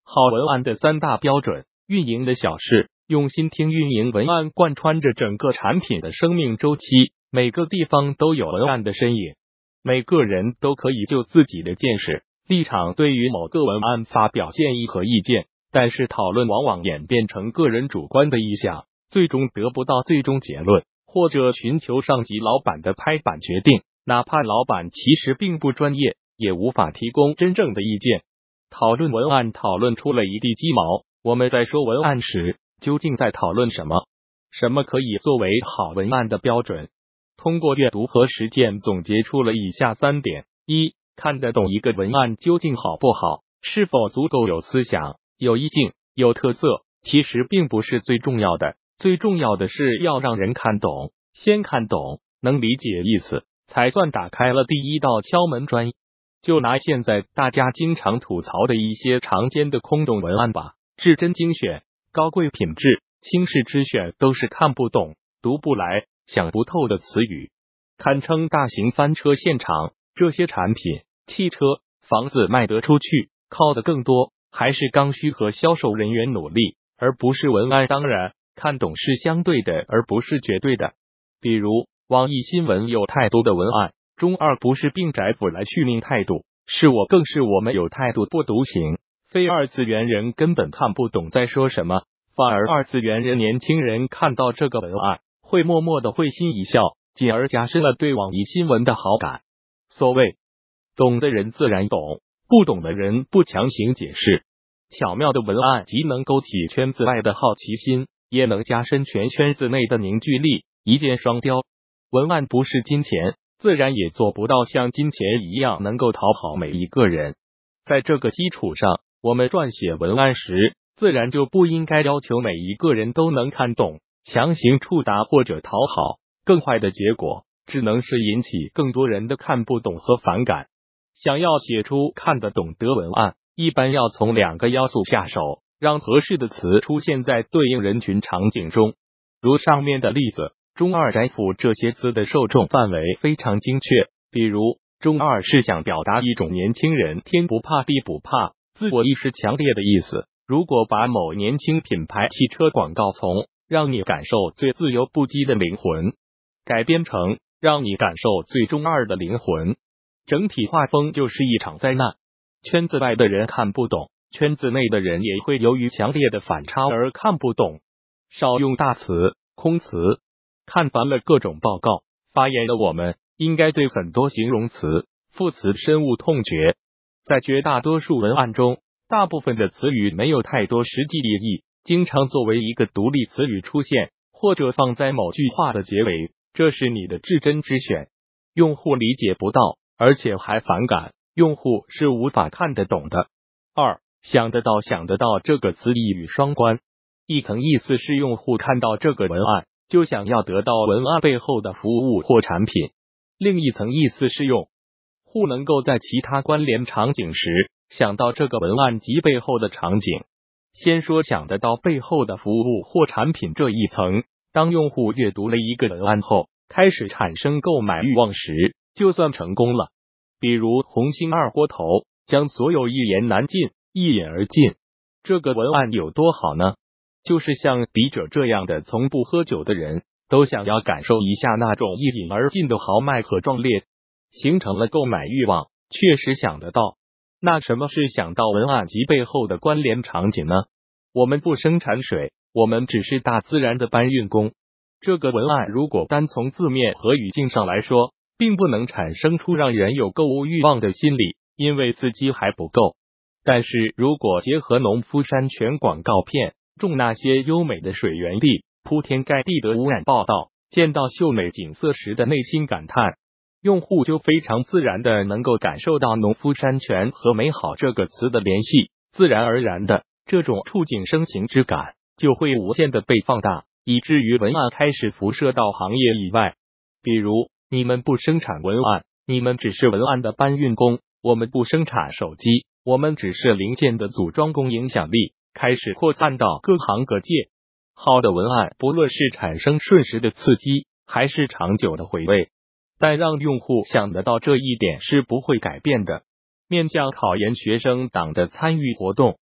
好文案的三大标准：运营的小事，用心听运营文案贯穿着整个产品的生命周期，每个地方都有文案的身影。每个人都可以就自己的见识、立场对于某个文案发表建议和意见，但是讨论往往演变成个人主观的意向，最终得不到最终结论，或者寻求上级老板的拍板决定，哪怕老板其实并不专业，也无法提供真正的意见。讨论文案讨论出了一地鸡毛，我们在说文案时究竟在讨论什么？什么可以作为好文案的标准？通过阅读和实践总结出了以下3点：一、看得懂一个文案究竟好不好，是否足够有思想、有意境、有特色，其实并不是最重要的，最重要的是要让人看懂，先看懂，能理解意思，才算打开了第一道敲门砖。就拿现在大家经常吐槽的一些常见的空洞文案吧，至真精选、高贵品质、轻视之选都是看不懂、读不来、想不透的词语，堪称大型翻车现场。这些产品、汽车、房子卖得出去，靠的更多还是刚需和销售人员努力，而不是文案。当然，看懂是相对的，而不是绝对的。比如网易新闻有态度的文案，中二不是病宅府来续命态度，是我更是我们有态度不独行。非二次元人根本看不懂在说什么，反而二次元人年轻人看到这个文案会默默的会心一笑，进而加深了对网易新闻的好感。所谓懂的人自然懂，不懂的人不强行解释。巧妙的文案既能勾起圈子外的好奇心，也能加深全圈子内的凝聚力，一箭双雕。文案不是金钱，自然也做不到像金钱一样能够讨好每一个人。在这个基础上，我们撰写文案时，自然就不应该要求每一个人都能看懂，强行触达或者讨好，更坏的结果只能是引起更多人的看不懂和反感。想要写出看得懂的文案，一般要从2个要素下手，让合适的词出现在对应人群场景中。如上面的例子，中二宅府这些词的受众范围非常精确，比如中二是想表达一种年轻人天不怕地不怕、自我意识强烈的意思。如果把某年轻品牌汽车广告从让你感受最自由不羁的灵魂改编成让你感受最中二的灵魂，整体画风就是一场灾难。圈子外的人看不懂，圈子内的人也会由于强烈的反差而看不懂。少用大词、空词。看烦了各种报告发言的我们，应该对很多形容词、副词深恶痛绝。在绝大多数文案中，大部分的词语没有太多实际意义，经常作为一个独立词语出现，或者放在某句话的结尾，这是你的至真之选。用户理解不到，而且还反感，用户是无法看得懂的。2. 想得到这个词一语双关。一层意思是用户看到这个文案就想要得到文案背后的服务或产品，另一层意思是用户能够在其他关联场景时想到这个文案及背后的场景。先说想得到背后的服务或产品这一层，当用户阅读了一个文案后，开始产生购买欲望时，就算成功了。比如红星二锅头将所有一言难尽，一饮而尽，这个文案有多好呢？就是像笔者这样的从不喝酒的人，都想要感受一下那种一饮而尽的豪迈和壮烈，形成了购买欲望，确实想得到。那什么是想到文案及背后的关联场景呢？我们不生产水，我们只是大自然的搬运工。这个文案如果单从字面和语境上来说，并不能产生出让人有购物欲望的心理，因为刺激还不够。但是如果结合农夫山泉广告片中那些优美的水源地、铺天盖地的污染报道，见到秀美景色时的内心感叹，用户就非常自然的能够感受到农夫山泉和美好这个词的联系，自然而然的这种触景生情之感就会无限的被放大，以至于文案开始辐射到行业以外。比如你们不生产文案，你们只是文案的搬运工；我们不生产手机，我们只是零件的组装工。影响力开始扩散到各行各界。好的文案不论是产生瞬时的刺激，还是长久的回味，但让用户想得到这一点是不会改变的。面向考研学生党的参与活动，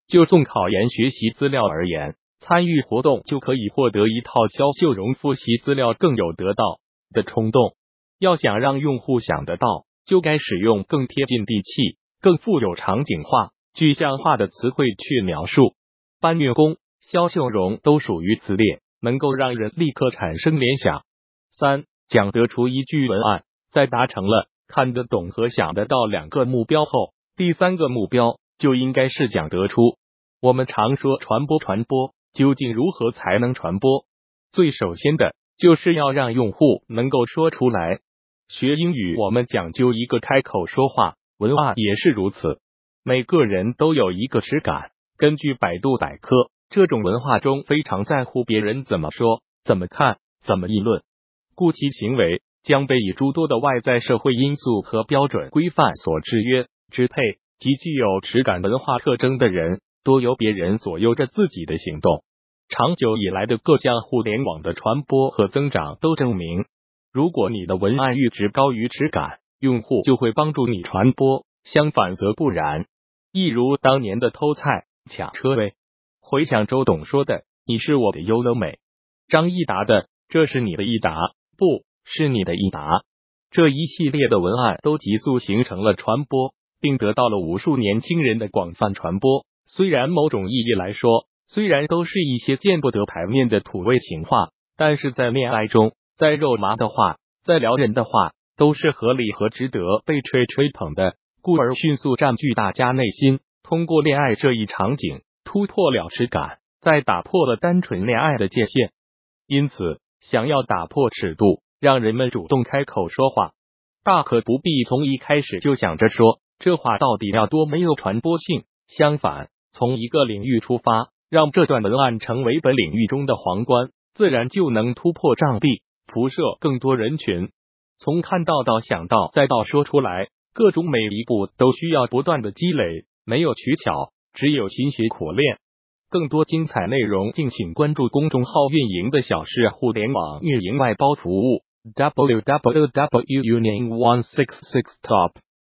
就送考研学习资料而言，参与活动就可以获得一套肖秀荣复习资料，更有得到的冲动。要想让用户想得到，就该使用更贴近地气、更富有场景化、具象化的词汇去描述。搬运工、肖秀荣都属于此列，能够让人立刻产生联想。3. 讲得出一句文案，在达成了看得懂和想得到2个目标后，第3个目标就应该是讲得出。我们常说传播，究竟如何才能传播？最首先的就是要让用户能够说出来。学英语我们讲究一个开口说话，文案也是如此。每个人都有一个耻感，根据百度百科，这种文化中非常在乎别人怎么说、怎么看、怎么议论，故其行为将被以诸多的外在社会因素和标准规范所制约、支配，及具有耻感文化特征的人，多由别人左右着自己的行动。长久以来的各项互联网的传播和增长都证明，如果你的文案阈值高于耻感，用户就会帮助你传播，相反则不然。一如当年的偷菜、抢车位，回想周董说的“你是我的优乐美”，张益达的“这是你的益达，不是你的益达”，这一系列的文案都急速形成了传播，并得到了无数年轻人的广泛传播。虽然某种意义来说，虽然都是一些见不得牌面的土味情话，但是在恋爱中，再肉麻的话，再撩人的话，都是合理和值得被吹捧的，故而迅速占据大家内心。通过恋爱这一场景，突破了耻感，再打破了单纯恋爱的界限。因此，想要打破尺度，让人们主动开口说话，大可不必从一开始就想着说这话到底要多没有传播性。相反，从一个领域出发，让这段文案成为本领域中的皇冠，自然就能突破障壁，辐射更多人群。从看到到想到再到说出来，各种每一步都需要不断的积累，没有取巧，只有勤学苦练。更多精彩内容，敬请关注公众号“运营的小事互联网运营外包服务” www.union166top。